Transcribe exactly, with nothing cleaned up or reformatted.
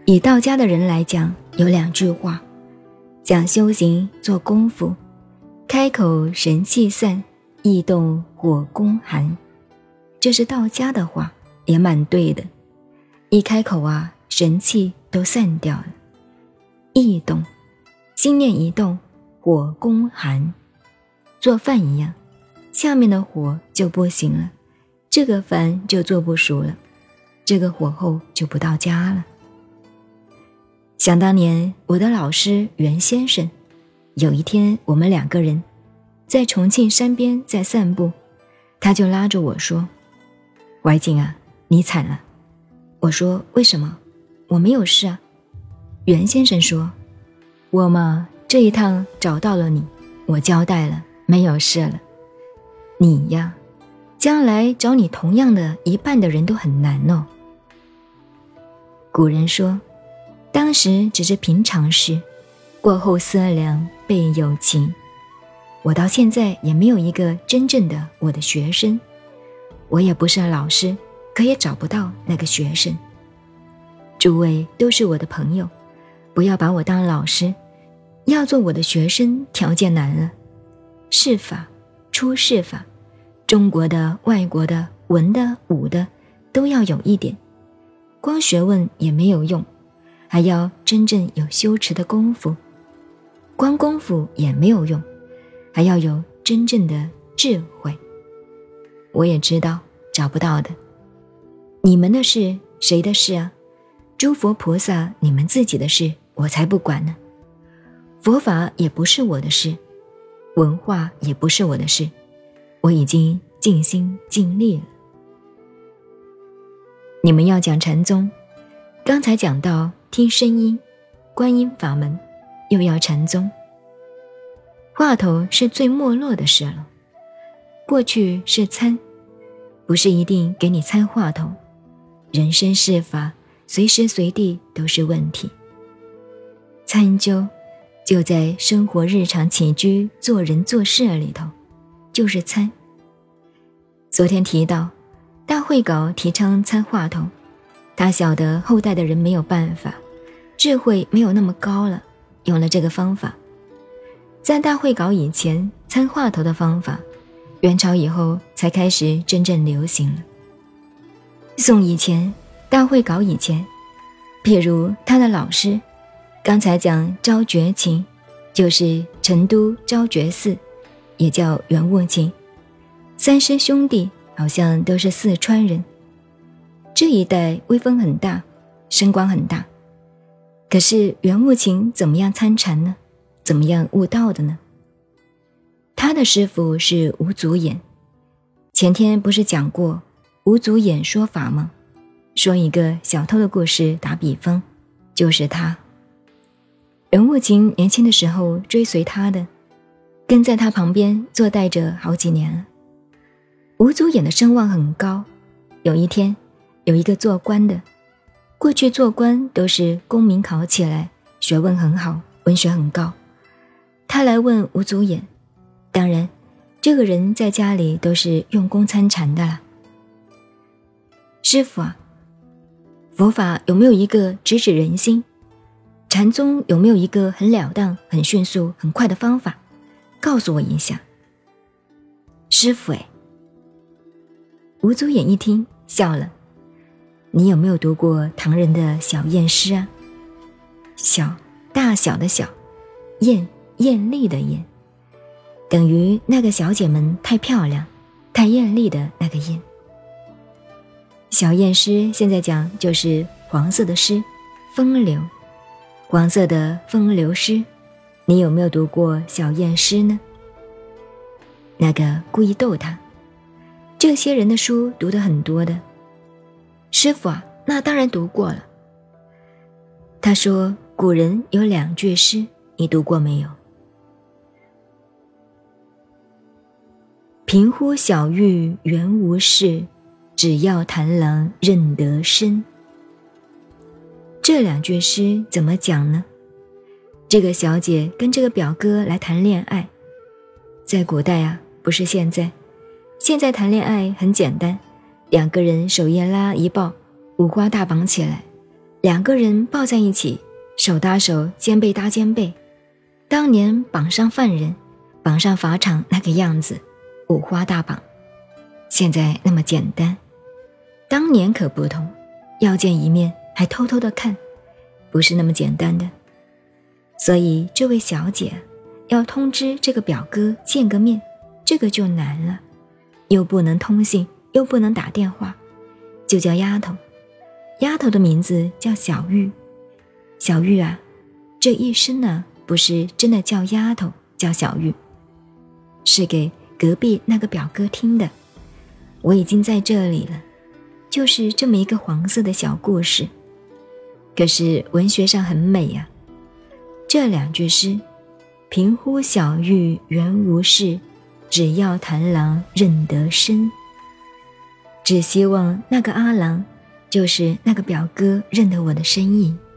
以道家的人来讲，有两句话，讲修行做功夫，开口神气散，意动火攻寒。这是道家的话，也蛮对的。一开口啊，神气都散掉了，意动，心念一动，火攻寒。做饭一样，下面的火就不行了，这个饭就做不熟了，这个火候就不到家了。想当年我的老师袁先生，有一天我们两个人在重庆山边在散步，他就拉着我说，怀瑾啊，你惨了。我说为什么？我没有事啊。袁先生说，我嘛这一趟找到了你，我交代了，没有事了。你呀，将来找你同样的一半的人都很难哦。古人说，当时只是平常事，过后思量倍有情。我到现在也没有一个真正的我的学生，我也不是老师，可也找不到那个学生。诸位都是我的朋友，不要把我当老师，要做我的学生条件难了。世法出世法，中国的外国的文的武的都要有一点，光学问也没有用，还要真正有修持的功夫，光功夫也没有用，还要有真正的智慧。我也知道找不到的，你们的事谁的事啊？诸佛菩萨你们自己的事我才不管呢。佛法也不是我的事，文化也不是我的事，我已经尽心尽力了。你们要讲禅宗，刚才讲到听声音，观音法门，又要禅宗。话头是最没落的事了，过去是参，不是一定给你参话头，人生事法随时随地都是问题。参究就在生活日常起居做人做事里头，就是参。昨天提到大会稿提倡参话头，他晓得后代的人没有办法，智慧没有那么高了，用了这个方法。在大会稿以前，参话头的方法，元朝以后才开始真正流行了。宋以前，大会稿以前，譬如他的老师，刚才讲昭觉勤，就是成都昭觉寺，也叫圆悟勤。三师兄弟好像都是四川人，这一代威风很大，声光很大。可是圆悟勤怎么样参禅呢？怎么样悟道的呢？他的师父是吴祖衍，前天不是讲过吴祖衍说法吗？说一个小偷的故事打比方，就是他。圆悟勤年轻的时候追随他的，跟在他旁边坐待着好几年了。吴祖衍的声望很高，有一天有一个做官的，过去做官都是功名考起来，学问很好，文学很高。他来问吴祖衍，当然这个人在家里都是用功参禅的啦。师父啊，佛法有没有一个直指人心？禅宗有没有一个很了当、很迅速、很快的方法？告诉我一下。师父哎，吴祖衍一听笑了，你有没有读过唐人的小燕诗啊？小，大小的小，艳，艳丽的艳，等于那个小姐们太漂亮，太艳丽的那个艳。小燕诗现在讲就是黄色的诗，风流，黄色的风流诗。你有没有读过小燕诗呢？那个故意逗他，这些人的书读得很多的。师父啊，那当然读过了。他说古人有两句诗，你读过没有？平呼小玉原无事，只要谈郎认得身。这两句诗怎么讲呢？这个小姐跟这个表哥来谈恋爱，在古代啊，不是现在，现在谈恋爱很简单，两个人手一拉一抱，五花大绑起来， 两个人抱在一起，手搭手，肩背搭肩背，当年绑上犯人，绑上法场那个样子，五花大绑。现在那么简单，当年可不同，要见一面还偷偷的看，不是那么简单的。所以这位小姐要通知这个表哥见个面，这个就难了，又不能通信，又不能打电话，就叫丫头。丫头的名字叫小玉。小玉啊，这一生呢，不是真的叫丫头，叫小玉，是给隔壁那个表哥听的。我已经在这里了，就是这么一个黄色的小故事，可是文学上很美啊。这两句诗，平呼小玉原无事，只要谈郎认得身。只希望那个阿郎，就是那个表哥认得我的身影。